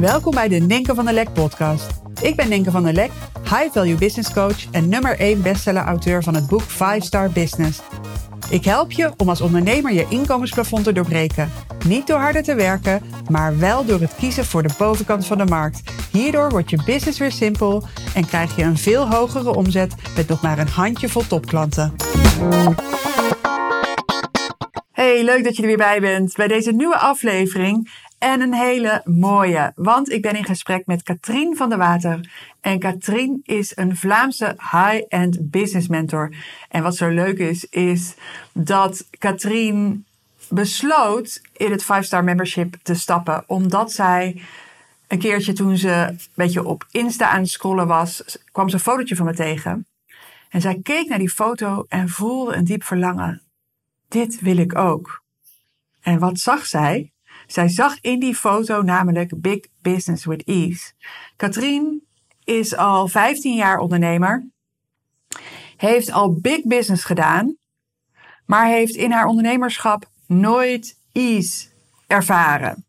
Welkom bij de Ninke van der Lek podcast. Ik ben Ninke van der Lek, High Value Business Coach en nummer 1 bestseller-auteur van het boek 5 Star Business. Ik help je om als ondernemer je inkomensplafond te doorbreken. Niet door harder te werken, maar wel door het kiezen voor de bovenkant van de markt. Hierdoor wordt je business weer simpel en krijg je een veel hogere omzet met nog maar een handjevol topklanten. Hey, leuk dat je er weer bij bent bij deze nieuwe aflevering. En een hele mooie, want ik ben in gesprek met Katrien van der Water. En Katrien is een Vlaamse high-end business mentor. En wat zo leuk is dat Katrien besloot in het 5-star membership te stappen. Omdat zij een keertje toen ze een beetje op Insta aan het scrollen was, kwam ze een fotootje van me tegen. En zij keek naar die foto en voelde een diep verlangen. Dit wil ik ook. En wat zag zij? Zij zag in die foto namelijk Big Business with Ease. Katrien is al 15 jaar ondernemer. Heeft al big business gedaan. Maar heeft in haar ondernemerschap nooit ease ervaren.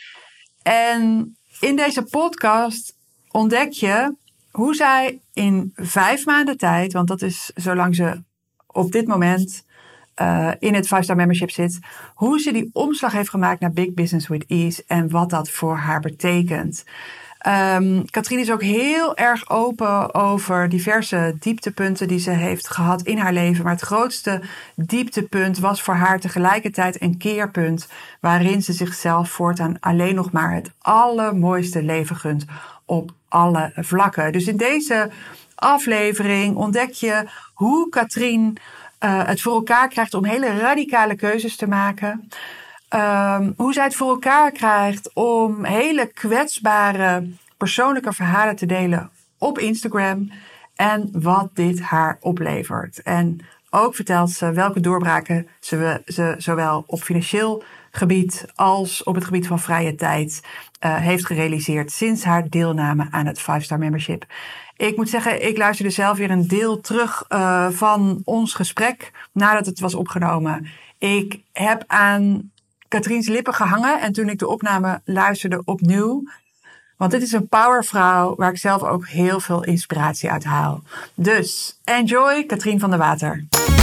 En in deze podcast ontdek je hoe zij in 5 maanden tijd, want dat is zolang ze op dit moment in het 5-star membership zit, hoe ze die omslag heeft gemaakt naar Big Business with Ease en wat dat voor haar betekent. Katrien is ook heel erg open over diverse dieptepunten die ze heeft gehad in haar leven. Maar het grootste dieptepunt was voor haar tegelijkertijd een keerpunt waarin ze zichzelf voortaan alleen nog maar het allermooiste leven gunt op alle vlakken. Dus in deze aflevering ontdek je hoe Katrien het voor elkaar krijgt om hele radicale keuzes te maken. Hoe zij het voor elkaar krijgt om hele kwetsbare persoonlijke verhalen te delen op Instagram. En wat dit haar oplevert. En ook vertelt ze welke doorbraken ze zowel op financieel gebied als op het gebied van vrije tijd heeft gerealiseerd sinds haar deelname aan het 5-star membership. Ik moet zeggen, ik luisterde zelf weer een deel terug van ons gesprek nadat het was opgenomen. Ik heb aan Katriens lippen gehangen en toen ik de opname luisterde opnieuw. Want dit is een powervrouw waar ik zelf ook heel veel inspiratie uit haal. Dus enjoy, Katrien van der Water.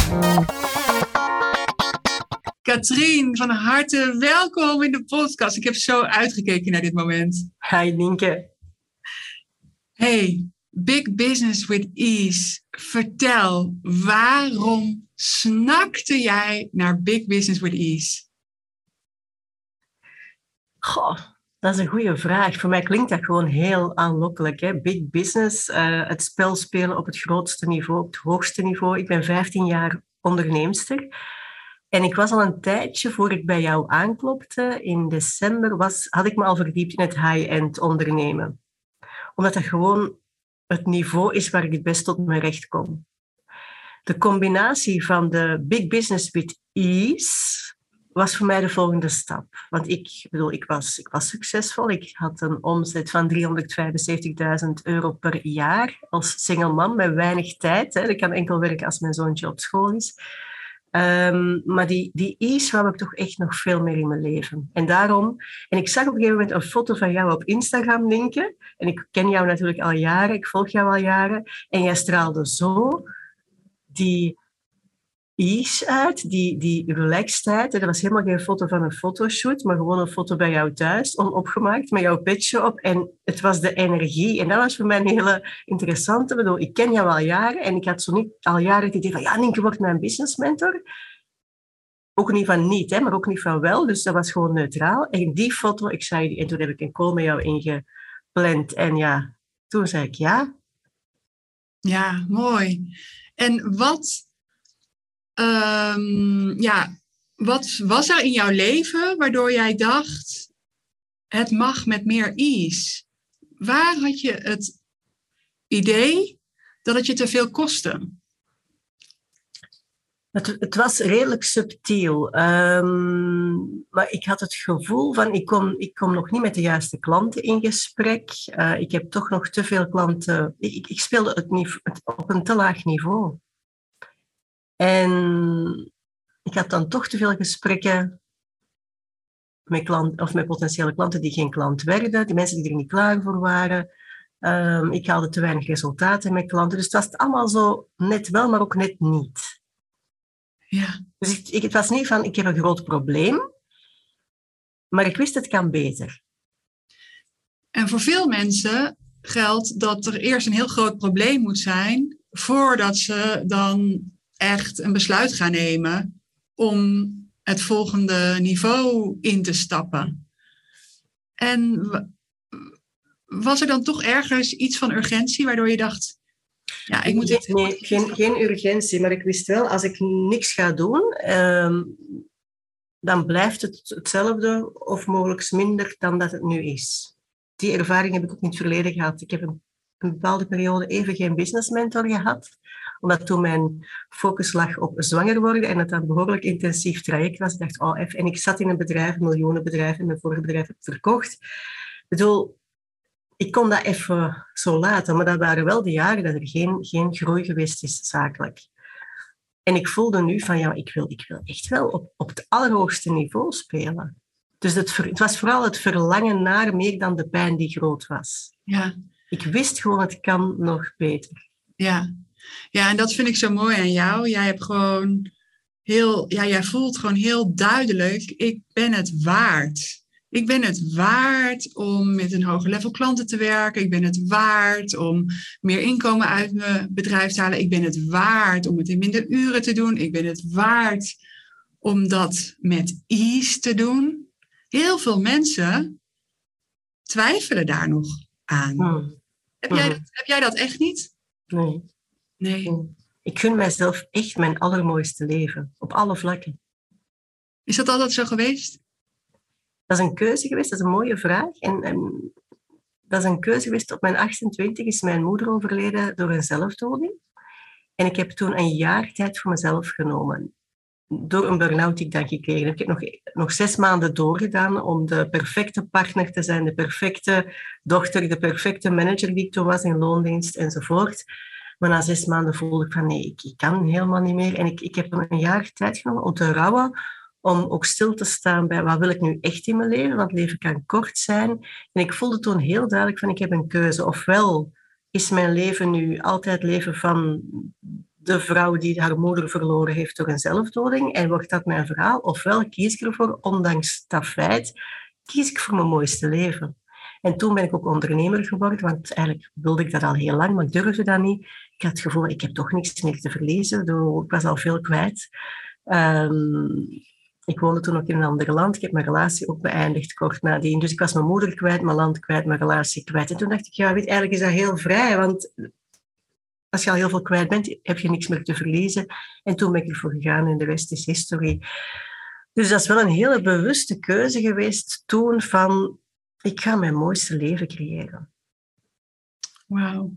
Katrien, van harte welkom in de podcast. Ik heb zo uitgekeken naar dit moment. Hi Ninke. Hey, Big Business with Ease. Vertel, waarom snakte jij naar Big Business with Ease? Goh, dat is een goede vraag. Voor mij klinkt dat gewoon heel aanlokkelijk. Hè? Big business, het spel spelen op het grootste niveau, op het hoogste niveau. Ik ben 15 jaar onderneemster. En ik was al een tijdje, voor ik bij jou aanklopte, in december, had ik me al verdiept in het high-end ondernemen. Omdat dat gewoon het niveau is waar ik het best tot mijn recht kom. De combinatie van de Big Business with Ease was voor mij de volgende stap. Want ik was succesvol. Ik had een omzet van €375.000 per jaar als single man met weinig tijd. Hè. Ik kan enkel werken als mijn zoontje op school is. Maar die ease wou ik toch echt nog veel meer in mijn leven. En daarom, en ik zag op een gegeven moment een foto van jou op Instagram, Linke. En ik ken jou natuurlijk al jaren, ik volg jou al jaren. En jij straalde zo die ease uit, die relaxedheid. Er was helemaal geen foto van een fotoshoot, maar gewoon een foto bij jou thuis, onopgemaakt, met jouw petje op. En het was de energie. En dat was voor mij een hele interessante. Ik bedoel, ik ken jou al jaren en ik had zo niet al jaren het idee van, ja, Ninke wordt mijn business mentor. Ook niet van niet, hè, maar ook niet van wel. Dus dat was gewoon neutraal. En die foto, ik zei die, en toen heb ik een call met jou ingepland. En ja, toen zei ik ja. Ja, mooi. En wat was er in jouw leven waardoor jij dacht, het mag met meer ease? Waar had je het idee dat het je te veel kostte? Het was redelijk subtiel. Maar ik had het gevoel van, ik kom nog niet met de juiste klanten in gesprek. Ik heb toch nog te veel klanten. Ik speelde het op een te laag niveau. En ik had dan toch te veel gesprekken met potentiële klanten die geen klant werden, die mensen die er niet klaar voor waren. Ik haalde te weinig resultaten met klanten. Dus het was allemaal zo net wel, maar ook net niet. Ja. Dus het was niet van, ik heb een groot probleem, maar ik wist het kan beter. En voor veel mensen geldt dat er eerst een heel groot probleem moet zijn voordat ze dan echt een besluit gaan nemen om het volgende niveau in te stappen. En was er dan toch ergens iets van urgentie waardoor je dacht, ja, ik moet dit... Nee, geen urgentie, maar ik wist wel, als ik niks ga doen, dan blijft het hetzelfde of mogelijk minder dan dat het nu is. Die ervaring heb ik ook in het verleden gehad. Ik heb een bepaalde periode even geen business mentor gehad, omdat toen mijn focus lag op zwanger worden en het een behoorlijk intensief traject was. Ik dacht, en ik zat in een bedrijf, een miljoenenbedrijf, en mijn vorige bedrijf heb ik verkocht. Ik bedoel, ik kon dat even zo laten, maar dat waren wel de jaren dat er geen groei geweest is zakelijk. En ik voelde nu van, ja, ik wil echt wel op het allerhoogste niveau spelen. Dus het was vooral het verlangen naar meer dan de pijn die groot was. Ja. Ik wist gewoon, het kan nog beter. Ja, en dat vind ik zo mooi aan jou. Jij hebt gewoon jij voelt gewoon heel duidelijk, ik ben het waard. Ik ben het waard om met een hoger level klanten te werken. Ik ben het waard om meer inkomen uit mijn bedrijf te halen. Ik ben het waard om het in minder uren te doen. Ik ben het waard om dat met ease te doen. Heel veel mensen twijfelen daar nog aan. Heb jij dat echt niet? Nee. Ik gun mijzelf echt mijn allermooiste leven. Op alle vlakken. Is dat altijd zo geweest? Dat is een keuze geweest. Dat is een mooie vraag. En dat is een keuze geweest. Op mijn 28 is mijn moeder overleden door een zelfdoding. En ik heb toen een jaar tijd voor mezelf genomen. Door een burn-out die ik dan gekregen heb. Ik heb nog 6 maanden doorgedaan om de perfecte partner te zijn, de perfecte dochter, de perfecte manager die ik toen was in loondienst enzovoort. Maar na 6 maanden voelde ik van nee, ik kan helemaal niet meer. En ik heb een jaar tijd genomen om te rouwen, om ook stil te staan bij wat wil ik nu echt in mijn leven, want het leven kan kort zijn. En ik voelde toen heel duidelijk van ik heb een keuze. Ofwel is mijn leven nu altijd leven van de vrouw die haar moeder verloren heeft door een zelfdoding en wordt dat mijn verhaal. Ofwel kies ik ervoor, ondanks dat feit, kies ik voor mijn mooiste leven. En toen ben ik ook ondernemer geworden, want eigenlijk wilde ik dat al heel lang, maar ik durfde dat niet. Ik had het gevoel, ik heb toch niks meer te verliezen. Ik was al veel kwijt. Ik woonde toen ook in een ander land. Ik heb mijn relatie ook beëindigd kort nadien. Dus ik was mijn moeder kwijt, mijn land kwijt, mijn relatie kwijt. En toen dacht ik, ja, eigenlijk is dat heel vrij, want als je al heel veel kwijt bent, heb je niks meer te verliezen. En toen ben ik ervoor gegaan en de rest is history. Dus dat is wel een hele bewuste keuze geweest toen van, ik ga mijn mooiste leven creëren. Wauw.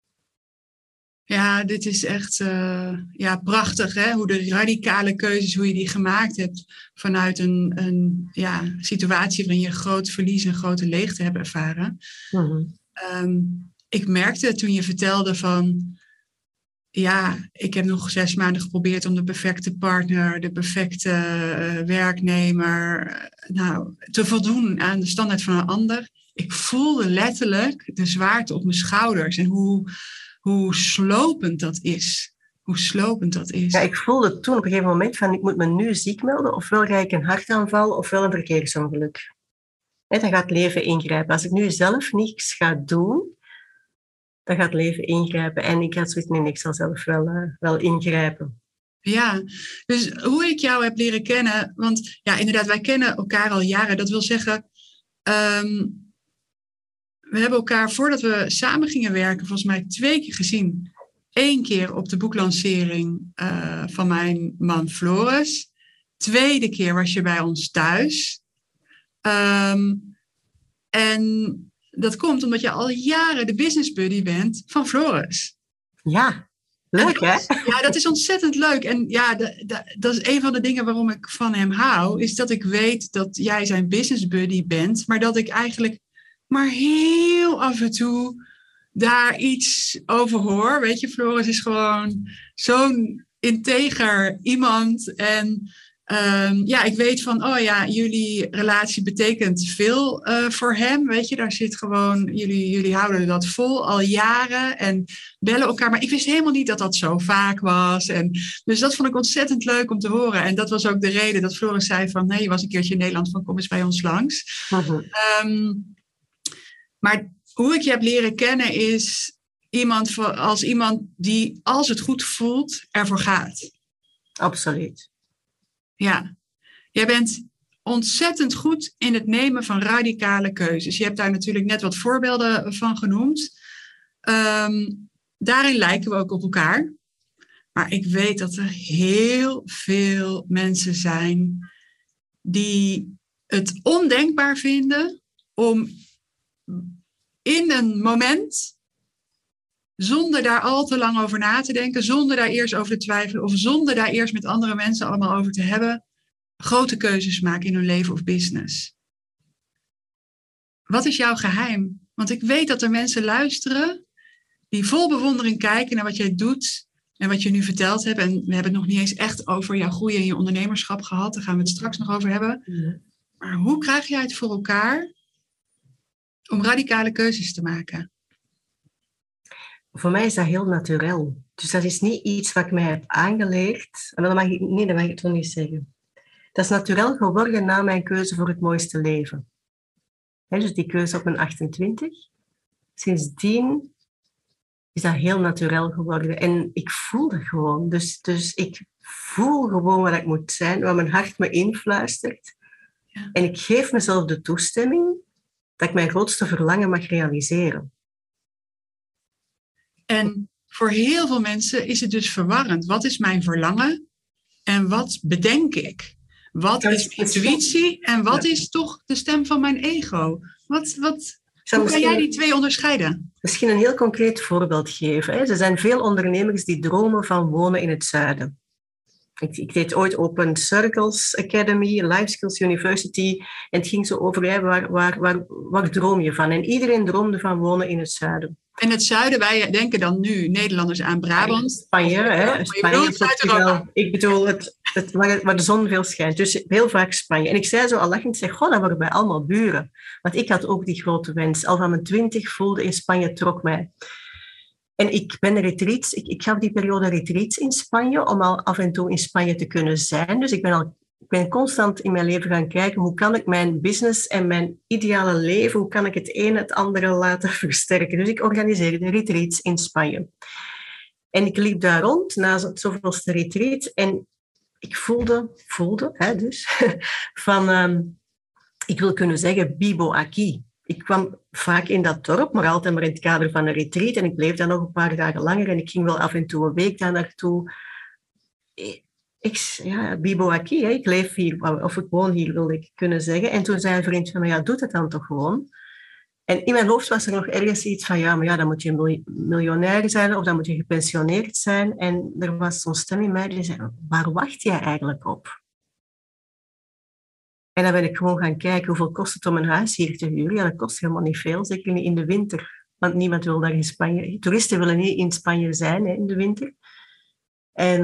Ja, dit is echt prachtig, hè? Hoe de radicale keuzes, hoe je die gemaakt hebt vanuit een situatie waarin je groot verlies en grote leegte hebt ervaren. Mm-hmm. Ik merkte toen je vertelde van, ik heb nog 6 maanden geprobeerd om de perfecte partner, de perfecte werknemer, te voldoen aan de standaard van een ander. Ik voelde letterlijk de zwaarte op mijn schouders en hoe slopend dat is. Ja, ik voelde toen op een gegeven moment van, ik moet me nu ziek melden, ofwel krijg ik een hartaanval, ofwel een verkeersongeluk. Dan gaat het leven ingrijpen. Als ik nu zelf niets ga doen, dan gaat het leven ingrijpen. En ik had zoiets, nee, ik zal zelf wel ingrijpen. Ja, dus hoe ik jou heb leren kennen, want ja, inderdaad, wij kennen elkaar al jaren. Dat wil zeggen, we hebben elkaar voordat we samen gingen werken, volgens mij 2 keer gezien. 1 keer op de boeklancering van mijn man Floris. 2e keer was je bij ons thuis. En dat komt omdat je al jaren de business buddy bent van Floris. Ja, leuk hè? Ja, dat is ontzettend leuk. En ja, dat is een van de dingen waarom ik van hem hou. Is dat ik weet dat jij zijn business buddy bent. Maar dat ik eigenlijk maar heel af en toe daar iets over hoor. Weet je, Floris is gewoon zo'n integer iemand. En Ik weet van, jullie relatie betekent veel voor hem. Weet je, daar zit gewoon, jullie houden dat vol al jaren en bellen elkaar. Maar ik wist helemaal niet dat dat zo vaak was. En dus dat vond ik ontzettend leuk om te horen. En dat was ook de reden dat Floris zei van, nee, je was een keertje in Nederland, van kom eens bij ons langs. Maar hoe ik je heb leren kennen is als iemand die, als het goed voelt, ervoor gaat. Absoluut. Ja, jij bent ontzettend goed in het nemen van radicale keuzes. Je hebt daar natuurlijk net wat voorbeelden van genoemd. Daarin lijken we ook op elkaar. Maar ik weet dat er heel veel mensen zijn die het ondenkbaar vinden om in een moment, zonder daar al te lang over na te denken, zonder daar eerst over te twijfelen of zonder daar eerst met andere mensen allemaal over te hebben, grote keuzes maken in hun leven of business. Wat is jouw geheim? Want ik weet dat er mensen luisteren die vol bewondering kijken naar wat jij doet en wat je nu verteld hebt. En we hebben het nog niet eens echt over jouw groei en je ondernemerschap gehad. Daar gaan we het straks nog over hebben. Maar hoe krijg jij het voor elkaar om radicale keuzes te maken? Voor mij is dat heel natuurlijk. Dus dat is niet iets wat ik mij heb aangeleerd. En dat mag ik toch niet zeggen. Dat is natuurlijk geworden na mijn keuze voor het mooiste leven. Dus die keuze op mijn 28. Sindsdien is dat heel natuurlijk geworden. En ik voel dat gewoon. Dus ik voel gewoon wat ik moet zijn, wat mijn hart me influistert. Ja. En ik geef mezelf de toestemming dat ik mijn grootste verlangen mag realiseren. En voor heel veel mensen is het dus verwarrend. Wat is mijn verlangen en wat bedenk ik? Wat is intuïtie en wat is toch de stem van mijn ego? Hoe kan jij die twee onderscheiden? Misschien een heel concreet voorbeeld geven. Er zijn veel ondernemers die dromen van wonen in het zuiden. Ik deed ooit Open Circles Academy, Life Skills University. En het ging zo over, waar droom je van? En iedereen droomde van wonen in het zuiden. En het zuiden, wij denken dan nu Nederlanders aan Brabant. Spanje, Portugal. Ik bedoel, waar de zon veel schijnt. Dus heel vaak Spanje. En ik zei zo al lachend, dat worden wij allemaal buren. Want ik had ook die grote wens. Al van mijn 20 voelde in Spanje, trok mij. En ik ben retreats. Ik gaf die periode retreats in Spanje, om al af en toe in Spanje te kunnen zijn. Dus ik ben constant in mijn leven gaan kijken, hoe kan ik mijn business en mijn ideale leven, hoe kan ik het een het andere laten versterken. Dus ik organiseerde retreats in Spanje. En ik liep daar rond na het zoveelste retreat en ik voelde van, ik wil kunnen zeggen, bibo aquí. Ik kwam vaak in dat dorp, maar altijd maar in het kader van een retreat. En ik bleef daar nog een paar dagen langer en ik ging wel af en toe een week daar naartoe. Bibo aquí, ik leef hier, of ik woon hier, wilde ik kunnen zeggen. En toen zei een vriend van mij, doe het dan toch gewoon. En in mijn hoofd was er nog ergens iets van, dan moet je miljonair zijn of dan moet je gepensioneerd zijn. En er was zo'n stem in mij die zei, waar wacht jij eigenlijk op? En dan ben ik gewoon gaan kijken, hoeveel kost het om een huis hier te huren? Ja, dat kost helemaal niet veel, zeker niet in de winter. Want niemand wil daar in Spanje. Toeristen willen niet in Spanje zijn in de winter. En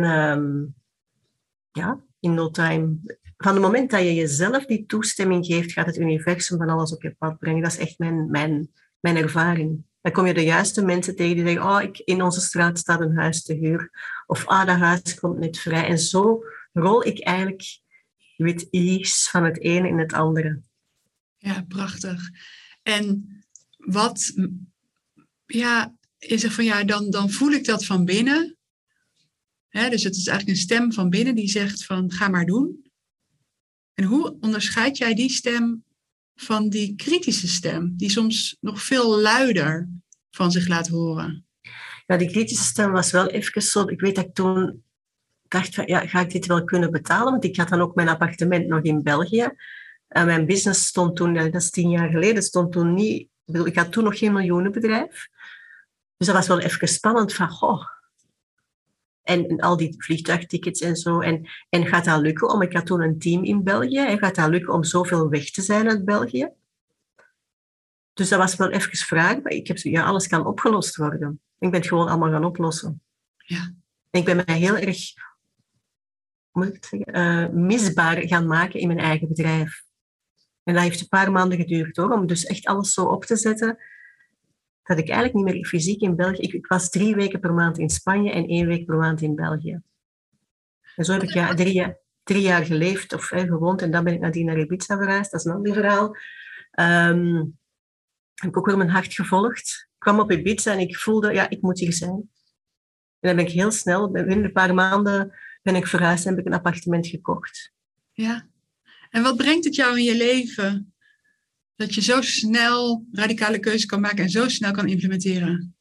in no time. Van het moment dat je jezelf die toestemming geeft, gaat het universum van alles op je pad brengen. Dat is echt mijn ervaring. Dan kom je de juiste mensen tegen die zeggen, in onze straat staat een huis te huur. Of dat huis komt net vrij. En zo rol ik eigenlijk with ease van het ene in het andere. Ja, prachtig. En wat, je zegt van dan voel ik dat van binnen. Dus het is eigenlijk een stem van binnen die zegt van ga maar doen. En hoe onderscheid jij die stem van die kritische stem, die soms nog veel luider van zich laat horen? Ja, die kritische stem was wel even zo. Ik weet dat ik toen dacht van, ga ik dit wel kunnen betalen? Want ik had dan ook mijn appartement nog in België. En mijn business stond toen, dat is 10 jaar geleden, stond toen niet... Ik had toen nog geen miljoenenbedrijf. Dus dat was wel even spannend van, En al die vliegtuigtickets en zo. En gaat dat lukken? Ik had toen een team in België. En gaat dat lukken om zoveel weg te zijn uit België? Dus dat was wel even vraag. Maar ik heb alles kan opgelost worden. Ik ben het gewoon allemaal gaan oplossen. Ja. En ik ben mij heel erg moet ik het zeggen, misbaar gaan maken in mijn eigen bedrijf. En dat heeft een paar maanden geduurd hoor, om dus echt alles zo op te zetten dat ik eigenlijk niet meer fysiek in België... Ik was 3 weken per maand in Spanje en 1 week per maand in België. En zo heb ik 3 jaar geleefd of gewoond en dan ben ik nadien naar Ibiza verhuisd. Dat is een ander verhaal. Heb ik ook weer mijn hart gevolgd. Ik kwam op Ibiza en ik voelde, ja, ik moet hier zijn. En dan ben ik heel snel, binnen een paar maanden ben ik verhuisd en heb ik een appartement gekocht. Ja. En wat brengt het jou in je leven dat je zo snel radicale keuzes kan maken en zo snel kan implementeren?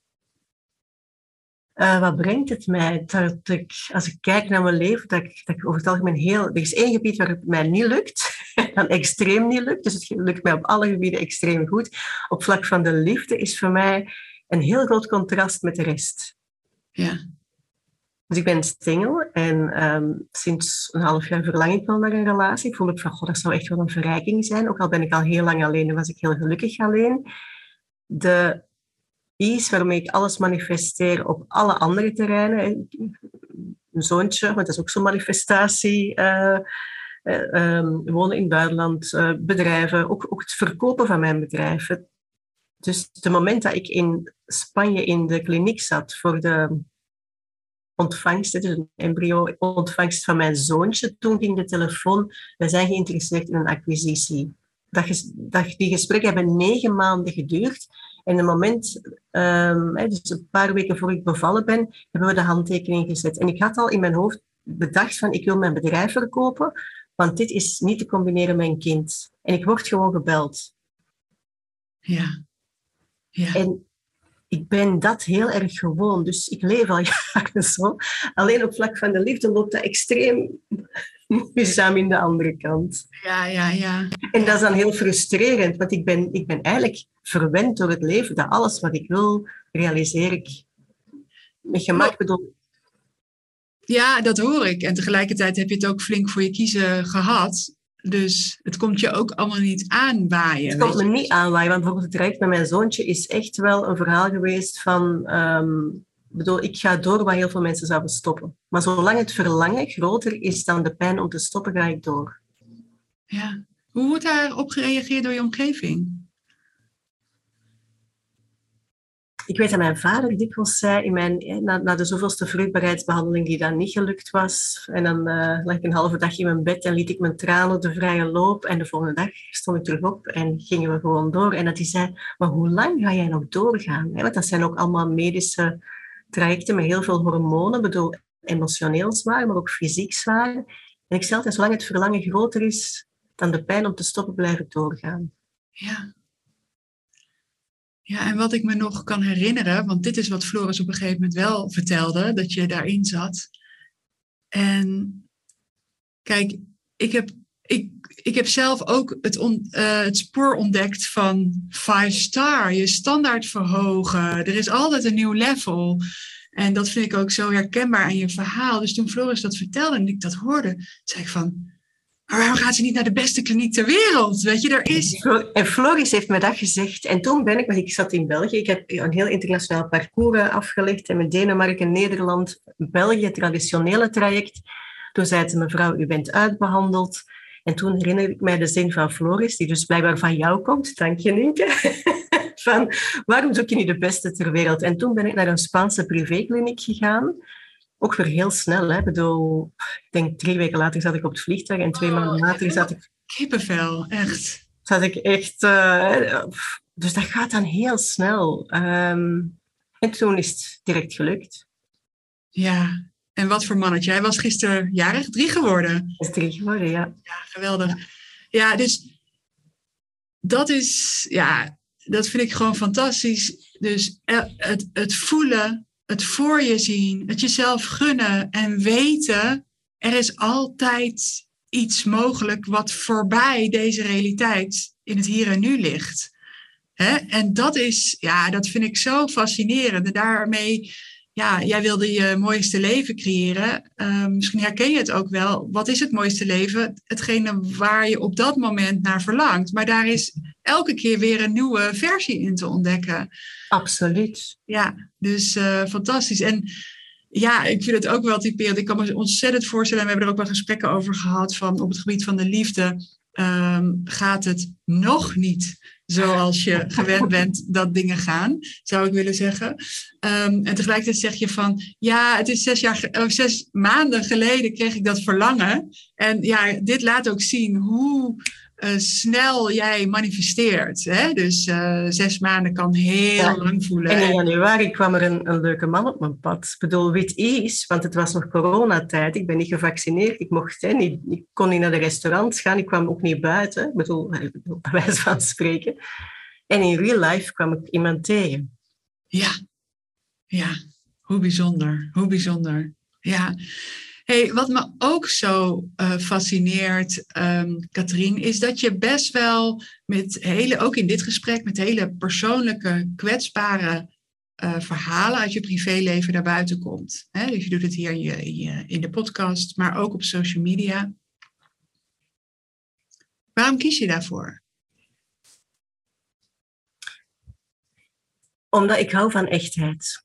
Wat brengt het mij? Dat ik, als ik kijk naar mijn leven, dat ik over het algemeen er is 1 gebied waar het mij niet lukt, dan extreem niet lukt. Dus het lukt mij op alle gebieden extreem goed. Op vlak van de liefde is voor mij een heel groot contrast met de rest. Ja. Dus ik ben single en sinds een half jaar verlang ik wel naar een relatie. Ik voel ook van, god, dat zou echt wel een verrijking zijn. Ook al ben ik al heel lang alleen en was ik heel gelukkig alleen. De ease waarmee ik alles manifesteer op alle andere terreinen. Een zoontje, maar dat is ook zo'n manifestatie. Wonen in het buitenland, bedrijven, ook het verkopen van mijn bedrijven. Dus het moment dat ik in Spanje in de kliniek zat voor de ontvangst, dus een embryo-ontvangst van mijn zoontje, toen ging de telefoon, wij zijn geïnteresseerd in een acquisitie. Die gesprekken hebben 9 maanden geduurd. En het moment, dus een paar weken voor ik bevallen ben, hebben we de handtekening gezet. En ik had al in mijn hoofd bedacht van, ik wil mijn bedrijf verkopen, want dit is niet te combineren met een kind. En ik word gewoon gebeld. Ja. Ja. En ik ben dat heel erg gewoon. Dus ik leef al jaren zo. Alleen op vlak van de liefde loopt dat extreem moeizaam in de andere kant. Ja. En dat is dan heel frustrerend, want ik ben eigenlijk verwend door het leven. Dat alles wat ik wil, realiseer ik met gemak. Ja, dat hoor ik. En tegelijkertijd heb je het ook flink voor je kiezen gehad. Dus het komt je ook allemaal niet aanwaaien. Het komt me niet aanwaaien, want bijvoorbeeld het traject met mijn zoontje is echt wel een verhaal geweest van... ik ga door waar heel veel mensen zouden stoppen. Maar zolang het verlangen groter is dan de pijn om te stoppen, ga ik door. Ja. Hoe wordt daarop gereageerd door je omgeving? Ik weet dat mijn vader dikwijls zei, na de zoveelste vruchtbaarheidsbehandeling die dan niet gelukt was, en dan lag ik een halve dag in mijn bed en liet ik mijn tranen de vrije loop. En de volgende dag stond ik terug op en gingen we gewoon door. En dat hij zei, maar hoe lang ga jij nog doorgaan? Want dat zijn ook allemaal medische trajecten met heel veel hormonen. Ik bedoel, emotioneel zwaar, maar ook fysiek zwaar. En ik zei altijd, zolang het verlangen groter is dan de pijn om te stoppen, blijf ik doorgaan. Ja. Ja, en wat ik me nog kan herinneren, want dit is wat Floris op een gegeven moment wel vertelde, dat je daarin zat. En kijk, ik heb zelf ook het spoor ontdekt van 5-star, je standaard verhogen. Er is altijd een nieuw level. En dat vind ik ook zo herkenbaar aan je verhaal. Dus toen Floris dat vertelde en ik dat hoorde, zei ik van... Maar waarom gaat ze niet naar de beste kliniek ter wereld? Weet je, er is... En Floris heeft me dat gezegd. En toen ben ik zat in België. Ik heb een heel internationaal parcours afgelegd. En met Denemarken, Nederland, België, het traditionele traject. Toen zei ze, mevrouw, u bent uitbehandeld. En toen herinner ik mij de zin van Floris, die dus blijkbaar van jou komt. Dank je, Nienke. Van, waarom zoek je niet de beste ter wereld? En toen ben ik naar een Spaanse privékliniek gegaan. Ook weer heel snel. Hè? Ik denk 3 weken later zat ik op het vliegtuig en 2 maanden later zat ik... Kippenvel, echt. Zat ik echt... dus dat gaat dan heel snel. En toen is het direct gelukt. Ja, en wat voor mannetje. Hij was gisteren jarig, 3 geworden. Hij is 3 geworden, ja. Ja, geweldig. Ja, dus dat is... Ja, dat vind ik gewoon fantastisch. Dus het voelen... Het voor je zien, het jezelf gunnen en weten, er is altijd iets mogelijk wat voorbij deze realiteit in het hier en nu ligt. Hè? En dat vind ik zo fascinerend. En daarmee, ja, jij wilde je mooiste leven creëren. Misschien herken je het ook wel. Wat is het mooiste leven? Hetgene waar je op dat moment naar verlangt. Maar daar is elke keer weer een nieuwe versie in te ontdekken. Absoluut. Ja, dus fantastisch. En Ja, ik vind het ook wel typerend. Ik kan me ontzettend voorstellen, en we hebben er ook wel gesprekken over gehad, van op het gebied van de liefde gaat het nog niet zoals je gewend bent dat dingen gaan, zou ik willen zeggen. En tegelijkertijd zeg je van, ja, het is 6 maanden geleden kreeg ik dat verlangen. En ja, dit laat ook zien hoe snel jij manifesteert. Hè? Dus 6 maanden kan heel lang voelen. En in januari kwam er een leuke man op mijn pad. Ik bedoel, wit is, want het was nog coronatijd. Ik ben niet gevaccineerd. Ik mocht niet. Ik kon niet naar de restaurants gaan. Ik kwam ook niet buiten. Ik bedoel, bij wijze van spreken. En in real life kwam ik iemand tegen. Ja. Hoe bijzonder. Hoe bijzonder. Ja. Hey, wat me ook zo fascineert, Katrien, is dat je best wel ook in dit gesprek, met hele persoonlijke, kwetsbare verhalen uit je privéleven naar buiten komt. Hè? Dus je doet het hier in de podcast, maar ook op social media. Waarom kies je daarvoor? Omdat ik hou van echtheid.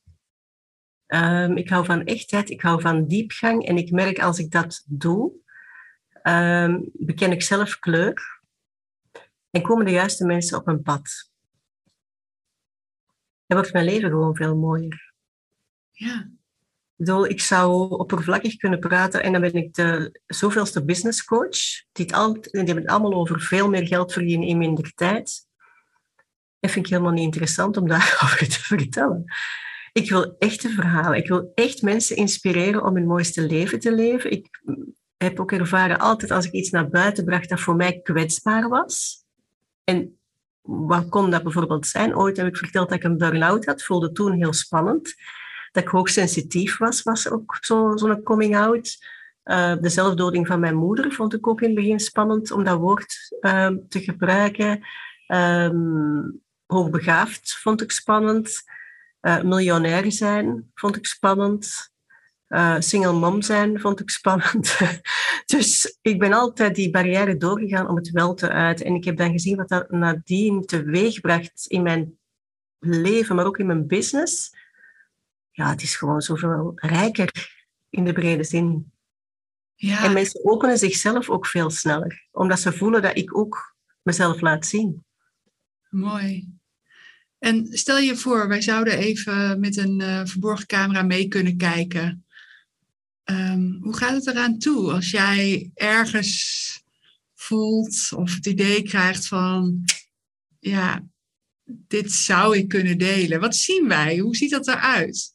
Ik hou van echtheid, ik hou van diepgang en ik merk als ik dat doe, beken ik zelf kleur en komen de juiste mensen op mijn pad. Dan wordt mijn leven gewoon veel mooier. Ja. Ik zou oppervlakkig kunnen praten en dan ben ik de zoveelste business coach. Die hebben het allemaal over veel meer geld verdienen in minder tijd. Dat vind ik helemaal niet interessant om daarover te vertellen. Ik wil echte verhalen. Ik wil echt mensen inspireren om hun mooiste leven te leven. Ik heb ook ervaren altijd als ik iets naar buiten bracht dat voor mij kwetsbaar was. En wat kon dat bijvoorbeeld zijn? Ooit heb ik verteld dat ik een burn-out had. Voelde toen heel spannend. Dat ik hoogsensitief was ook zo'n coming-out. De zelfdoding van mijn moeder vond ik ook in het begin spannend om dat woord te gebruiken. Hoogbegaafd vond ik spannend. Miljonair zijn vond ik spannend. Single mom zijn vond ik spannend. Dus ik ben altijd die barrière doorgegaan om het wel te uiten. En ik heb dan gezien wat dat nadien teweegbracht in mijn leven, maar ook in mijn business. Ja, het is gewoon zoveel rijker in de brede zin. Ja. En mensen openen zichzelf ook veel sneller, omdat ze voelen dat ik ook mezelf laat zien. Mooi. En stel je voor, wij zouden even met een verborgen camera mee kunnen kijken. Hoe gaat het eraan toe als jij ergens voelt of het idee krijgt van, ja, dit zou ik kunnen delen. Wat zien wij? Hoe ziet dat eruit?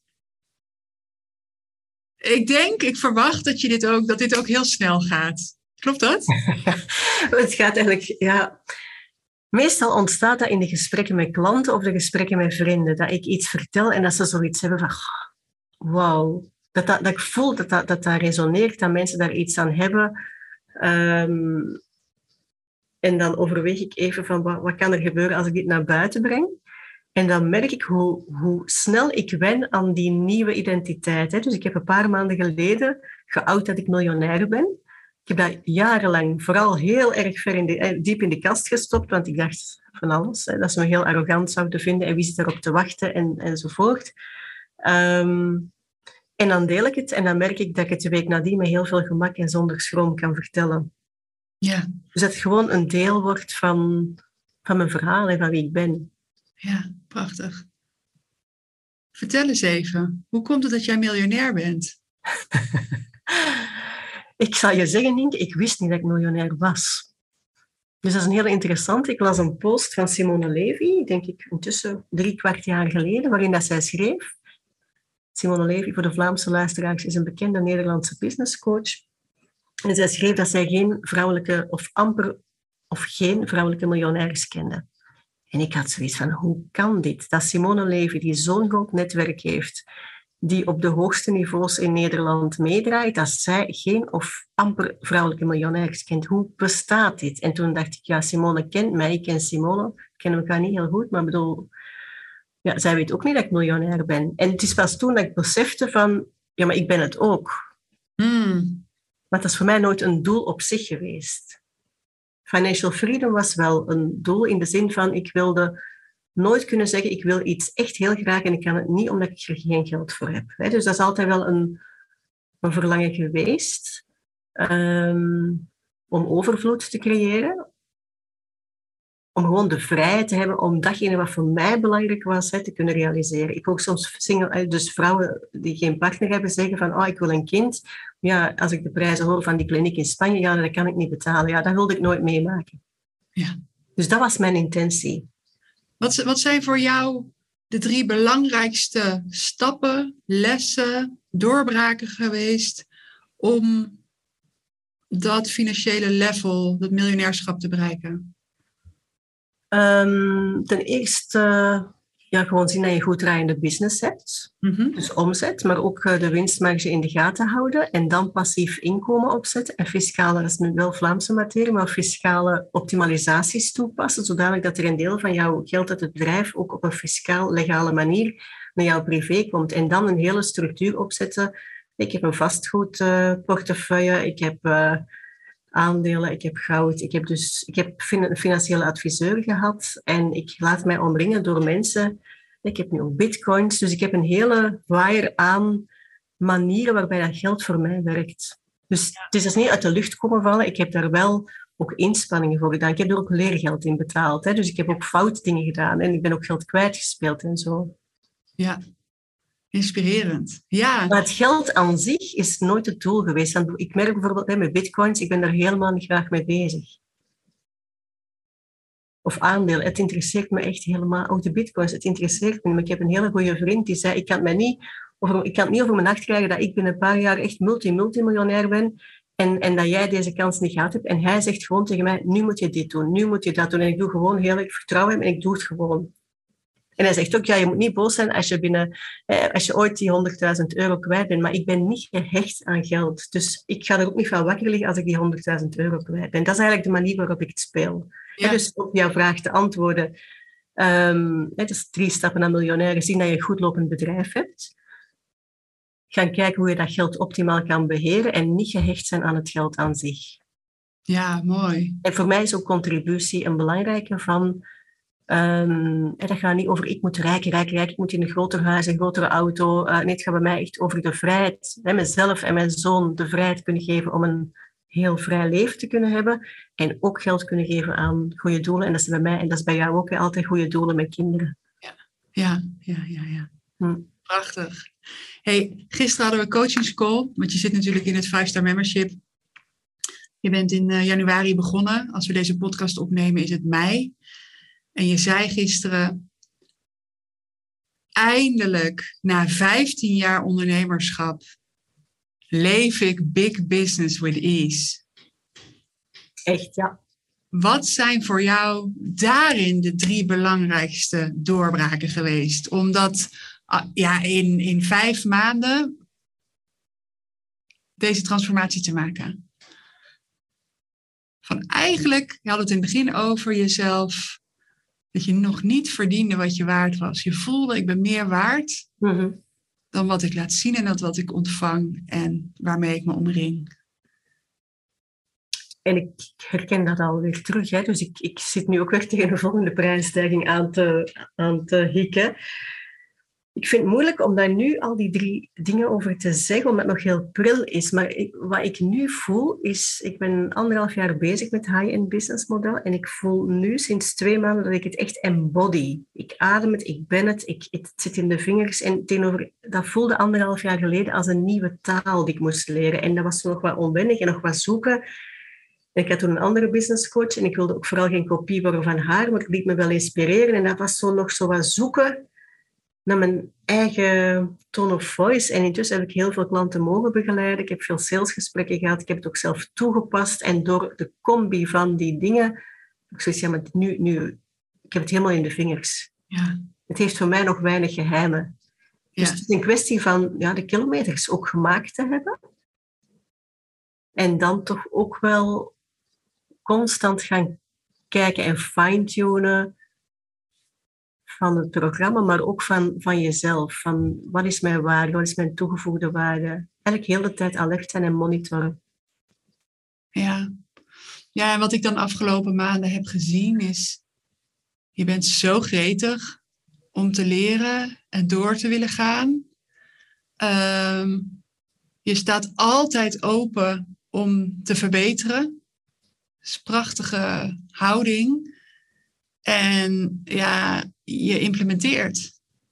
Ik verwacht dat dit ook heel snel gaat. Klopt dat? Het gaat eigenlijk, ja. Meestal ontstaat dat in de gesprekken met klanten of de gesprekken met vrienden. Dat ik iets vertel en dat ze zoiets hebben van, wauw. Dat ik voel dat resoneert, dat mensen daar iets aan hebben. En dan overweeg ik even van, wat kan er gebeuren als ik dit naar buiten breng? En dan merk ik hoe snel ik wen aan die nieuwe identiteit. Hè. Dus ik heb een paar maanden geleden geout dat ik miljonair ben. Ik heb dat jarenlang vooral heel erg diep in de kast gestopt, want ik dacht van alles. Hè, dat ze me heel arrogant zouden vinden en wie zit erop te wachten enzovoort. En dan deel ik het en dan merk ik dat ik het de week nadien met heel veel gemak en zonder schroom kan vertellen. Ja. Dus dat het gewoon een deel wordt van mijn verhaal en van wie ik ben. Ja, prachtig. Vertel eens even, hoe komt het dat jij miljonair bent? Ik zal je zeggen, Nienke, ik wist niet dat ik miljonair was. Dus dat is een heel interessant. Ik las een post van Simone Levy, denk ik intussen 3/4 jaar geleden, waarin dat zij schreef. Simone Levy, voor de Vlaamse luisteraars, is een bekende Nederlandse businesscoach. En zij schreef dat zij geen vrouwelijke of amper of geen vrouwelijke miljonairs kende. En ik had zoiets van, hoe kan dit? Dat Simone Levy, die zo'n groot netwerk heeft, die op de hoogste niveaus in Nederland meedraait, dat zij geen of amper vrouwelijke miljonairs kent. Hoe bestaat dit? En toen dacht ik, ja, Simone kent mij, ik ken Simone, we kennen elkaar niet heel goed, maar bedoel, ja, zij weet ook niet dat ik miljonair ben. En het is pas toen dat ik besefte van, ja, maar ik ben het ook. Maar dat is voor mij nooit een doel op zich geweest. Financial freedom was wel een doel in de zin van, ik wilde nooit kunnen zeggen, ik wil iets echt heel graag en ik kan het niet omdat ik er geen geld voor heb. Hè. Dus dat is altijd wel een verlangen geweest om overvloed te creëren. Om gewoon de vrijheid te hebben om datgene wat voor mij belangrijk was, te kunnen realiseren. Ik ook soms dus vrouwen die geen partner hebben zeggen van, ik wil een kind. Ja, als ik de prijzen hoor van die kliniek in Spanje, ja, dat kan ik niet betalen. Ja, dat wilde ik nooit meemaken. Ja. Dus dat was mijn intentie. Wat zijn voor jou de 3 belangrijkste stappen, lessen, doorbraken geweest om dat financiële level, dat miljonairschap te bereiken? Ten eerste gewoon zien dat je goed draaiende business hebt. Mm-hmm. Dus omzet, maar ook de winstmarge in de gaten houden. En dan passief inkomen opzetten. En fiscale, dat is nu wel Vlaamse materie, maar fiscale optimalisaties toepassen. Zodanig dat er een deel van jouw geld uit het bedrijf ook op een fiscaal legale manier naar jouw privé komt. En dan een hele structuur opzetten. Ik heb een vastgoedportefeuille, ik heb aandelen, ik heb goud, ik heb een financiële adviseur gehad en ik laat mij omringen door mensen. Ik heb nu ook bitcoins, dus ik heb een hele waaier aan manieren waarbij dat geld voor mij werkt. Dus het is dus niet uit de lucht komen vallen. Ik heb daar wel ook inspanningen voor gedaan. Ik heb er ook leergeld in betaald. Dus ik heb ook fout dingen gedaan en ik ben ook geld kwijtgespeeld en zo. Ja. Inspirerend. Ja. Maar het geld aan zich is nooit het doel geweest. Want ik merk bijvoorbeeld met bitcoins, ik ben daar helemaal niet graag mee bezig. Of aandelen, het interesseert me echt helemaal. Ook de bitcoins, het interesseert me. Maar ik heb een hele goede vriend die zei, ik kan het niet over mijn nacht krijgen dat ik binnen een paar jaar echt multimiljonair ben en dat jij deze kans niet gehad hebt. En hij zegt gewoon tegen mij, nu moet je dit doen, nu moet je dat doen. En ik doe gewoon heel erg vertrouwen en ik doe het gewoon. En hij zegt ook, je moet niet boos zijn als je ooit die €100.000 kwijt bent, maar ik ben niet gehecht aan geld. Dus ik ga er ook niet van wakker liggen als ik die €100.000 kwijt ben. Dat is eigenlijk de manier waarop ik het speel. Ja. Dus op jouw vraag te antwoorden, dus 3 stappen naar miljonair, zien dat je een goed lopend bedrijf hebt. Gaan kijken hoe je dat geld optimaal kan beheren en niet gehecht zijn aan het geld aan zich. Ja, mooi. En voor mij is ook contributie een belangrijke van... dat gaat niet over ik moet rijk, ik moet in een groter huis, een grotere auto. Nee, het gaat bij mij echt over de vrijheid. Mezelf en mijn zoon de vrijheid kunnen geven om een heel vrij leven te kunnen hebben. En ook geld kunnen geven aan goede doelen. En dat is bij mij en dat is bij jou ook altijd goede doelen met kinderen. Ja. Prachtig. Hey, gisteren hadden we een coachingscall, want je zit natuurlijk in het 5-star membership. Je bent in januari begonnen. Als we deze podcast opnemen is het mei. En je zei gisteren, eindelijk na 15 jaar ondernemerschap leef ik big business with ease. Echt, ja. Wat zijn voor jou daarin de 3 belangrijkste doorbraken geweest? Omdat in 5 maanden deze transformatie te maken. Van eigenlijk, je had het in het begin over jezelf... dat je nog niet verdiende wat je waard was. Je voelde, ik ben meer waard dan wat ik laat zien en dat wat ik ontvang en waarmee ik me omring. En ik herken dat alweer terug. Dus ik zit nu ook weer tegen de volgende prijsstijging aan te hikken. Ik vind het moeilijk om daar nu al die 3 dingen over te zeggen, omdat het nog heel pril is. Maar wat ik nu voel is, ik ben 1,5 jaar bezig met high-end business model en ik voel nu sinds 2 maanden dat ik het echt embody. Ik adem het, ik ben het, het zit in de vingers. En dat voelde 1,5 jaar geleden als een nieuwe taal die ik moest leren. En dat was nog wat onwennig en nog wat zoeken. En ik had toen een andere business coach en ik wilde ook vooral geen kopie worden van haar, maar ik liet me wel inspireren. En dat was nog zo wat zoeken naar mijn eigen tone of voice. En intussen heb ik heel veel klanten mogen begeleiden. Ik heb veel salesgesprekken gehad. Ik heb het ook zelf toegepast. En door de combi van die dingen... Ik zoiets, ja, maar nu... Ik heb het helemaal in de vingers. Ja. Het heeft voor mij nog weinig geheimen. Dus het is een kwestie van de kilometers ook gemaakt te hebben. En dan toch ook wel constant gaan kijken en fine-tunen... van het programma, maar ook van jezelf. Van wat is mijn waarde, wat is mijn toegevoegde waarde. Eigenlijk heel de tijd alert zijn en monitoren. Ja, en wat ik dan afgelopen maanden heb gezien is Je bent zo gretig om te leren en door te willen gaan. Je staat altijd open om te verbeteren. Dat is een prachtige houding. En ja, je implementeert.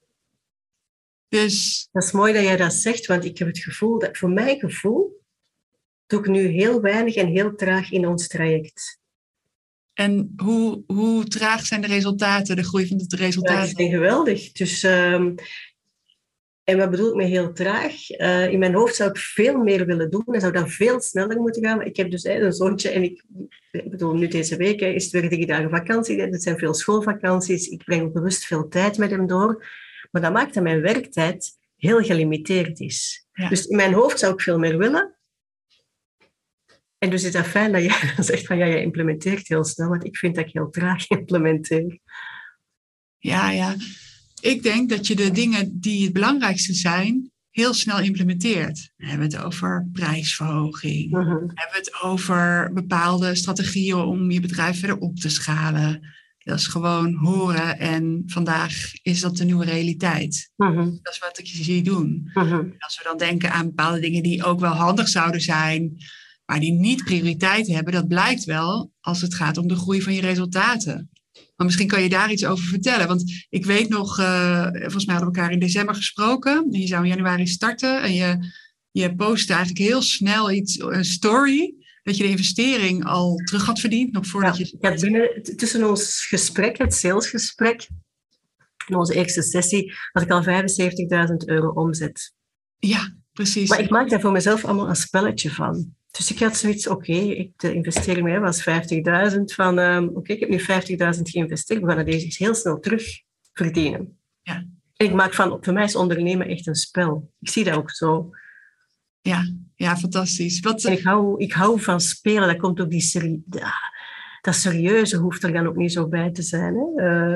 Dus... Dat is mooi dat jij dat zegt, want ik heb het gevoel dat, voor mijn gevoel, doe ik nu heel weinig en heel traag in ons traject. En hoe traag zijn de resultaten, de groei van de resultaten? Ja, die zijn geweldig. Dus, en wat bedoel ik met heel traag? In mijn hoofd zou ik veel meer willen doen en zou dan veel sneller moeten gaan. Maar ik heb dus een zoontje en ik bedoel, nu deze week is het weer 3 dagen vakantie. Het zijn veel schoolvakanties. Ik breng bewust veel tijd met hem door. Maar dat maakt dat mijn werktijd heel gelimiteerd is. Ja. Dus in mijn hoofd zou ik veel meer willen. En dus is dat fijn dat je zegt van ja, je implementeert heel snel, want ik vind dat ik heel traag implementeer. Ja. Ik denk dat je de dingen die het belangrijkste zijn, heel snel implementeert. We hebben het over prijsverhoging. We hebben het over bepaalde strategieën om je bedrijf verder op te schalen. Dat is gewoon horen en vandaag is dat de nieuwe realiteit. Dat is wat ik je zie doen. Als we dan denken aan bepaalde dingen die ook wel handig zouden zijn, maar die niet prioriteit hebben, dat blijkt wel als het gaat om de groei van je resultaten. Maar misschien kan je daar iets over vertellen. Want ik weet nog, volgens mij hadden we elkaar in december gesproken. En je zou in januari starten. En je postte eigenlijk heel snel een story. Dat je de investering al terug had verdiend. Nog voordat je... Ik had tussen ons gesprek, het salesgesprek, in onze eerste sessie, had ik al €75.000 omzet. Ja, precies. Maar ik maak daar voor mezelf allemaal een spelletje van. Dus ik had zoiets, de investering was 50.000. Ik heb nu 50.000 geïnvesteerd. We gaan deze heel snel terug verdienen. Ja. En ik maak voor mij is ondernemen echt een spel. Ik zie dat ook zo. Ja, fantastisch. En ik hou van spelen. Dat komt ook dat serieuze hoeft er dan ook niet zo bij te zijn. Hè?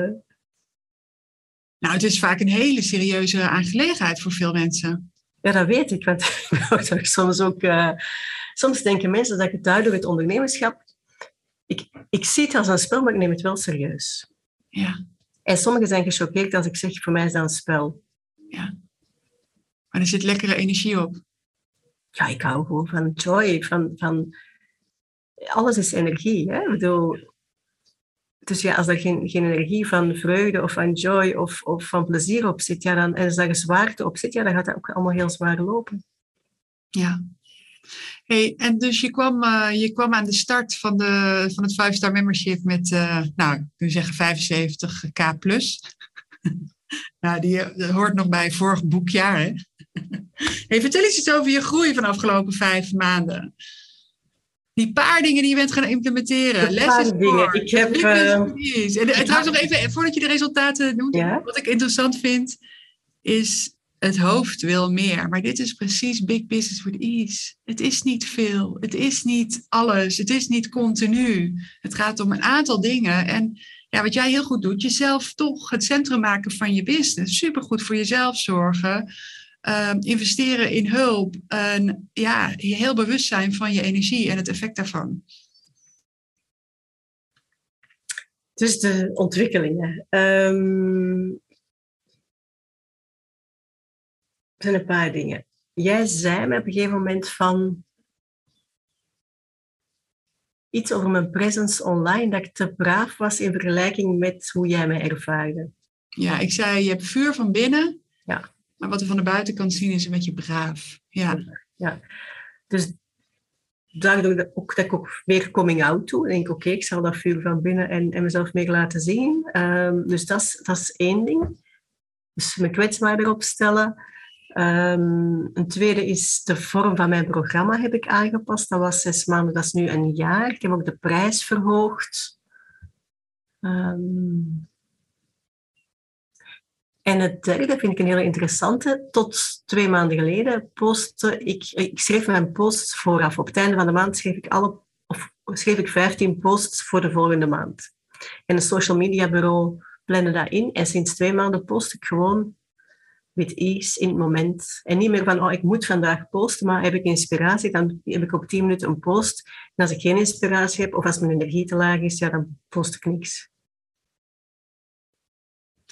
Nou, het is vaak een hele serieuze aangelegenheid voor veel mensen. Ja, dat weet ik. Want soms ook... Soms denken mensen dat ik het duidelijk het ondernemerschap... Ik zie het als een spel, maar ik neem het wel serieus. Ja. En sommigen zijn gechoqueerd als ik zeg, voor mij is dat een spel. Ja. Maar er zit lekkere energie op. Ja, ik hou gewoon van joy. Van alles is energie. Hè? Ik bedoel, dus ja, als er geen energie van vreugde of van joy of van plezier op zit, en als daar zwaarte op zit, dan gaat dat ook allemaal heel zwaar lopen. Ja. Hey, en dus je kwam aan de start van het 5-star membership met, kun je zeggen 75k plus. Nou, die hoort nog bij vorig boekjaar, hè? Hey, vertel eens iets over je groei van de afgelopen 5 maanden. Die paar dingen die je bent gaan implementeren. Less is more. Ik heb... En trouwens nog even, voordat je de resultaten doet. Ja? Wat ik interessant vind, is... Het hoofd wil meer, maar dit is precies big business with ease. Het is niet veel, het is niet alles, het is niet continu. Het gaat om een aantal dingen. En ja, wat jij heel goed doet, jezelf toch het centrum maken van je business. Supergoed voor jezelf zorgen. Investeren in hulp. Je heel bewust zijn van je energie en het effect daarvan. Dus de ontwikkelingen. Er zijn een paar dingen. Jij zei me op een gegeven moment van iets over mijn presence online, dat ik te braaf was in vergelijking met hoe jij mij ervaarde. Ja, ik zei, je hebt vuur van binnen, ja. Maar wat we van de buitenkant zien is een beetje braaf. Ja. Dus daardoor dat ik ook weer coming out doe. En denk ik zal dat vuur van binnen en mezelf meer laten zien. Dus dat is één ding. Dus me kwetsbaarder opstellen. Een tweede is de vorm van mijn programma heb ik aangepast. Dat was 6 maanden, dat is nu 1 jaar. Ik heb ook de prijs verhoogd. En het derde vind ik een hele interessante. Tot 2 maanden geleden postte ik schreef mijn posts vooraf. Op het einde van de maand schreef ik 15 posts voor de volgende maand. En een social media bureau plande dat in. En sinds 2 maanden post ik gewoon with ease in het moment. En niet meer van, ik moet vandaag posten, maar heb ik inspiratie, dan heb ik op 10 minuten een post. En als ik geen inspiratie heb, of als mijn energie te laag is, dan post ik niks.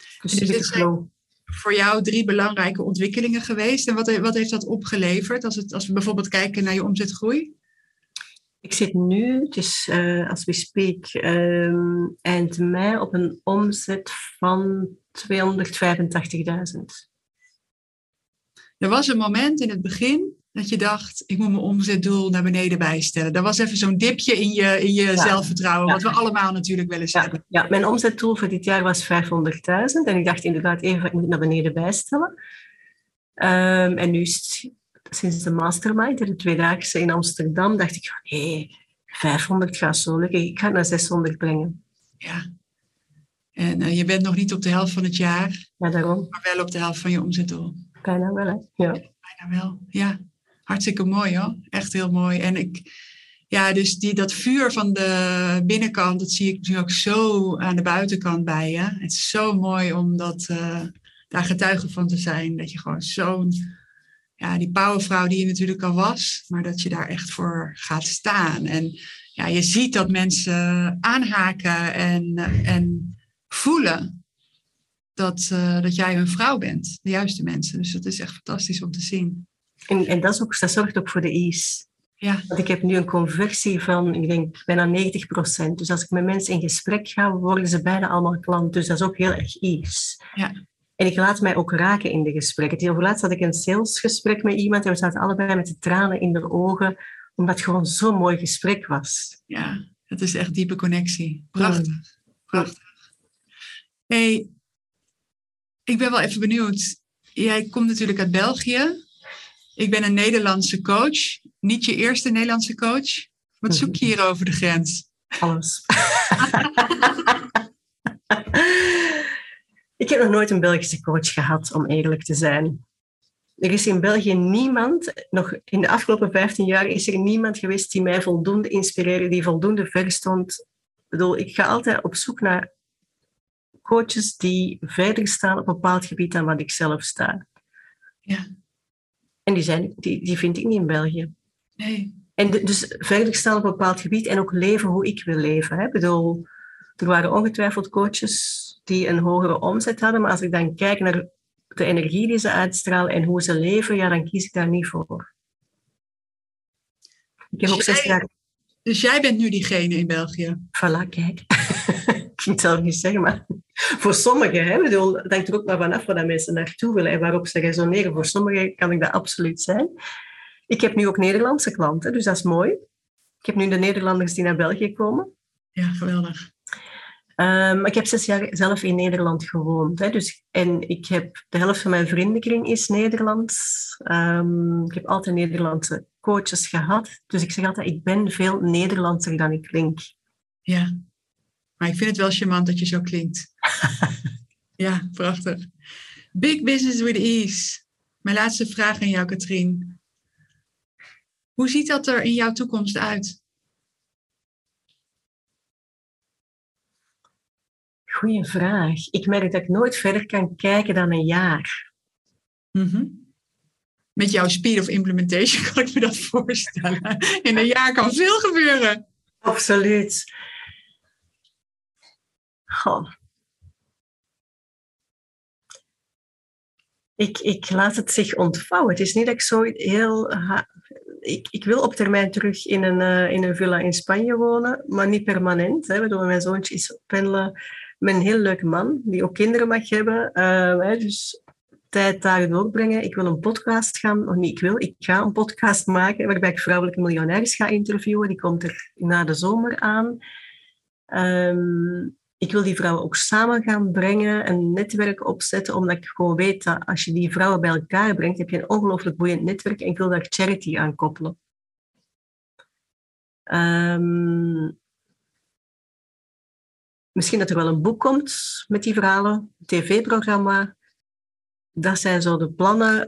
Dus Dus with dit the zijn flow. voor jou 3 belangrijke ontwikkelingen geweest. En wat heeft dat opgeleverd als we bijvoorbeeld kijken naar je omzetgroei? Ik zit nu, het is als we speak, eind mei op een omzet van 285.000. Er was een moment in het begin dat je dacht, ik moet mijn omzetdoel naar beneden bijstellen. Dat was even zo'n dipje in je zelfvertrouwen, wat we allemaal natuurlijk wel eens hebben. Ja, mijn omzetdoel voor dit jaar was 500.000 en ik dacht inderdaad even, ik moet het naar beneden bijstellen. En nu is het sinds de mastermind, de 2-daagse in Amsterdam, dacht ik, 500 gaat zo lukken, ik ga het naar 600 brengen. Ja. En je bent nog niet op de helft van het jaar, Ja, daarom. maar wel op de helft van je omzetdoel. Bijna wel, hè? Ja. Bijna wel, ja. Hartstikke mooi, hoor. Echt heel mooi. En dus dat vuur van de binnenkant, dat zie ik nu ook zo aan de buitenkant bij je. Het is zo mooi om daar getuige van te zijn. Dat je gewoon zo'n, die powervrouw die je natuurlijk al was, maar dat je daar echt voor gaat staan. En ja, je ziet dat mensen aanhaken en voelen dat jij hun vrouw bent. De juiste mensen. Dus dat is echt fantastisch om te zien. En dat zorgt ook voor de ease. Ja. Want ik heb nu een conversie van, ik denk, bijna 90%. Dus als ik met mensen in gesprek ga, worden ze bijna allemaal klant. Dus dat is ook heel erg ease. Ja. En ik laat mij ook raken in de gesprekken. Heel laatst had ik een salesgesprek met iemand en we zaten allebei met de tranen in de ogen, omdat het gewoon zo'n mooi gesprek was. Ja, het is echt diepe connectie. Prachtig. Prachtig. Hey, ik ben wel even benieuwd. Jij komt natuurlijk uit België. Ik ben een Nederlandse coach. Niet je eerste Nederlandse coach. Wat zoek je hier over de grens? Alles. Ik heb nog nooit een Belgische coach gehad, om eerlijk te zijn. Er is in België niemand, nog in de afgelopen 15 jaar is er niemand geweest die mij voldoende inspireerde, die voldoende ver stond. Ik bedoel, ik ga altijd op zoek naar coaches die verder staan op een bepaald gebied dan wat ik zelf sta. Ja. En die vind ik niet in België. Nee. En dus verder staan op een bepaald gebied en ook leven hoe ik wil leven. Hè. Ik bedoel, er waren ongetwijfeld coaches die een hogere omzet hadden, maar als ik dan kijk naar de energie die ze uitstralen en hoe ze leven, ja, dan kies ik daar niet voor. Ik heb ook 6 jaar... Dus jij bent nu diegene in België? Voilà, kijk. Ik moet het zelf niet zeggen, maar voor sommigen, hè, bedoel, dat hangt er ook maar vanaf waar mensen naartoe willen en waarop ze resoneren. Voor sommigen kan ik dat absoluut zijn. Ik heb nu ook Nederlandse klanten, dus dat is mooi. Ik heb nu de Nederlanders die naar België komen. Ja, geweldig. Maar ik heb 6 jaar zelf in Nederland gewoond. Hè, en ik heb de helft van mijn vriendenkring is Nederlands. Ik heb altijd Nederlandse coaches gehad. Dus ik zeg altijd, ik ben veel Nederlandser dan ik klink. Ja, maar ik vind het wel charmant dat je zo klinkt. Ja, prachtig. Big business with ease. Mijn laatste vraag aan jou, Katrien. Hoe ziet dat er in jouw toekomst uit? Goeie vraag. Ik merk dat ik nooit verder kan kijken dan een jaar. Mm-hmm. Met jouw speed of implementation kan ik me dat voorstellen. In een jaar kan veel gebeuren. Absoluut. Goh. Ik laat het zich ontvouwen. Het is niet dat ik zo heel... Ik wil op termijn terug in een villa in Spanje wonen, maar niet permanent. Hè. Mijn zoontje is pendelen met een heel leuk man, die ook kinderen mag hebben. Dus tijd daar doorbrengen. Ik wil een podcast ik ga een podcast maken waarbij ik vrouwelijke miljonairs ga interviewen. Die komt er na de zomer aan. Ik wil die vrouwen ook samen gaan brengen, een netwerk opzetten, omdat ik gewoon weet dat als je die vrouwen bij elkaar brengt, heb je een ongelooflijk boeiend netwerk en ik wil daar charity aan koppelen. Misschien dat er wel een boek komt met die verhalen, een tv-programma. Dat zijn zo de plannen.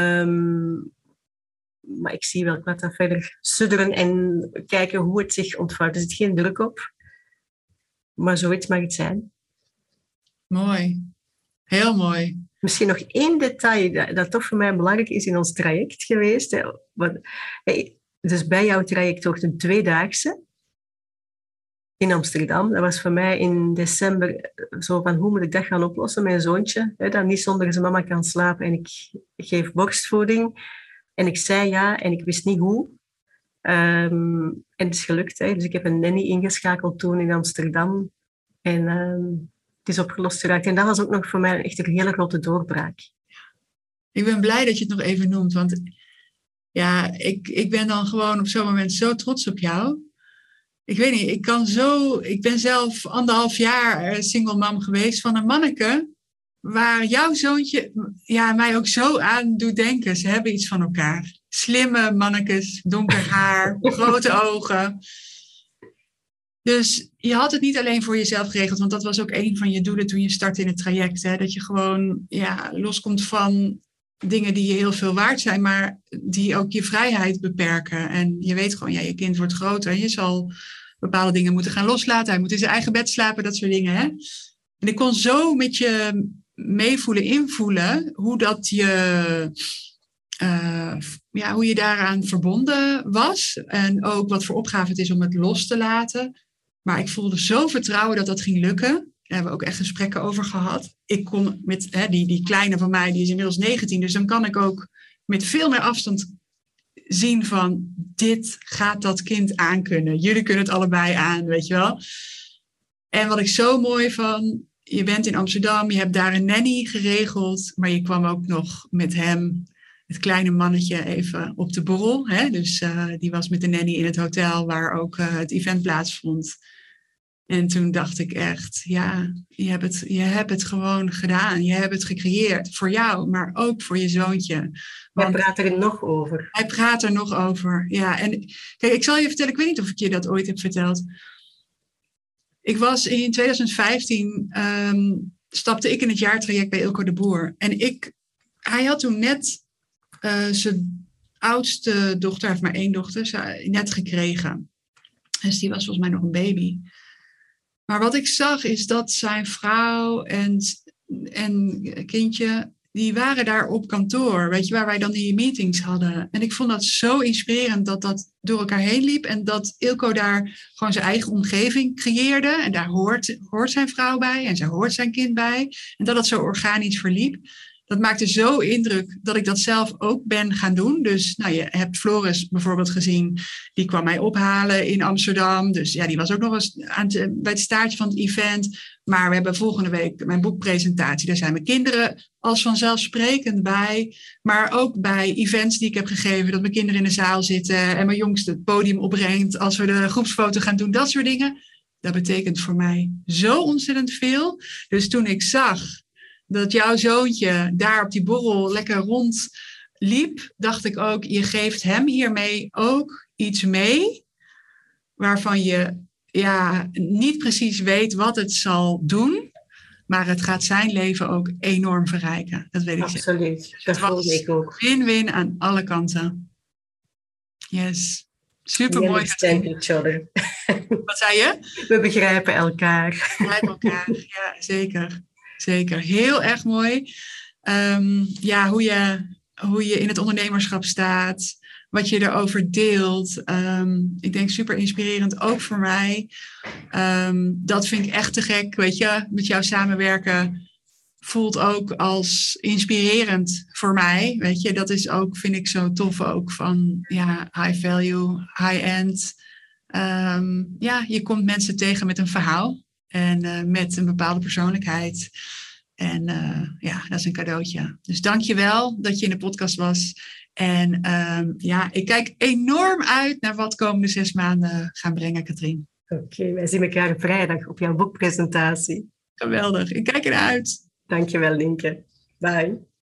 Maar ik zie wel, ik laat dat verder sudderen en kijken hoe het zich ontvouwt. Er zit geen druk op. Maar zoiets mag het zijn. Mooi. Heel mooi. Misschien nog één detail dat toch voor mij belangrijk is in ons traject geweest. Dus bij jouw traject wordt een 2-daagse. in Amsterdam. Dat was voor mij in december zo van, hoe moet ik dat gaan oplossen? Mijn zoontje, dat niet zonder zijn mama kan slapen en ik geef borstvoeding. En ik zei ja en ik wist niet hoe. En het is gelukt. Dus ik heb een nanny ingeschakeld toen in Amsterdam. En het is opgelost geraakt. En dat was ook nog voor mij echt een hele grote doorbraak. Ik ben blij dat je het nog even noemt. Want ja, ik ben dan gewoon op zo'n moment zo trots op jou. Ik weet niet, ik ben zelf 1,5 jaar single mom geweest van een manneke. Waar jouw zoontje mij ook zo aan doet denken. Ze hebben iets van elkaar. Slimme mannekes, donker haar, grote ogen. Dus je had het niet alleen voor jezelf geregeld. Want dat was ook een van je doelen toen je startte in het traject. Hè? Dat je gewoon loskomt van dingen die je heel veel waard zijn. Maar die ook je vrijheid beperken. En je weet gewoon, je kind wordt groter. En je zal bepaalde dingen moeten gaan loslaten. Hij moet in zijn eigen bed slapen, dat soort dingen. Hè? En ik kon zo met je meevoelen, invoelen. Hoe dat hoe je daaraan verbonden was. En ook wat voor opgave het is om het los te laten. Maar ik voelde zo vertrouwen dat dat ging lukken. Daar hebben we ook echt gesprekken over gehad. Ik kon met die kleine van mij, die is inmiddels 19. Dus dan kan ik ook met veel meer afstand zien van, dit gaat dat kind aankunnen. Jullie kunnen het allebei aan, weet je wel. En wat ik zo mooi van, je bent in Amsterdam, je hebt daar een nanny geregeld. Maar je kwam ook nog met hem, het kleine mannetje, even op de borrel. Hè? Dus die was met de nanny in het hotel waar ook het event plaatsvond. En toen dacht ik echt, je hebt het gewoon gedaan. Je hebt het gecreëerd voor jou, maar ook voor je zoontje. Hij praat er nog over. Hij praat er nog over, ja. En kijk, ik zal je vertellen, ik weet niet of ik je dat ooit heb verteld. Ik was in 2015, stapte ik in het jaartraject bij Ilko de Boer. En hij had toen net zijn oudste dochter, hij heeft maar 1 dochter, net gekregen. Dus die was volgens mij nog een baby. Maar wat ik zag is dat zijn vrouw en kindje, die waren daar op kantoor, weet je, waar wij dan die meetings hadden. En ik vond dat zo inspirerend dat dat door elkaar heen liep. En dat Ilko daar gewoon zijn eigen omgeving creëerde. En daar hoort zijn vrouw bij en zij hoort zijn kind bij. En dat het zo organisch verliep. Dat maakte zo indruk dat ik dat zelf ook ben gaan doen. Dus je hebt Floris bijvoorbeeld gezien. Die kwam mij ophalen in Amsterdam. Dus die was ook nog eens bij het staartje van het event. Maar we hebben volgende week mijn boekpresentatie. Daar zijn mijn kinderen als vanzelfsprekend bij. Maar ook bij events die ik heb gegeven. Dat mijn kinderen in de zaal zitten. En mijn jongste het podium opbrengt. Als we de groepsfoto gaan doen. Dat soort dingen. Dat betekent voor mij zo ontzettend veel. Dus toen ik zag dat jouw zoontje daar op die borrel lekker rondliep, dacht ik ook, je geeft hem hiermee ook iets mee waarvan je niet precies weet wat het zal doen, maar het gaat zijn leven ook enorm verrijken. Dat weet ik zeker. Absoluut, dat voelde ik ook. Win-win aan alle kanten. Yes. Super mooi. Each other. Wat zei je? We begrijpen elkaar. We begrijpen elkaar, ja, zeker. Zeker, heel erg mooi. Hoe je in het ondernemerschap staat, wat je erover deelt. Ik denk super inspirerend, ook voor mij. Dat vind ik echt te gek, weet je. Met jou samenwerken voelt ook als inspirerend voor mij, weet je. Dat is ook, vind ik zo tof ook van, high value, high end. Je komt mensen tegen met een verhaal. En met een bepaalde persoonlijkheid. En dat is een cadeautje. Dus dank je wel dat je in de podcast was. En ik kijk enorm uit naar wat komende 6 maanden gaan brengen, Katrien. Oké, wij zien elkaar vrijdag op jouw boekpresentatie. Geweldig, ik kijk ernaar uit. Dank je wel, Linke. Bye.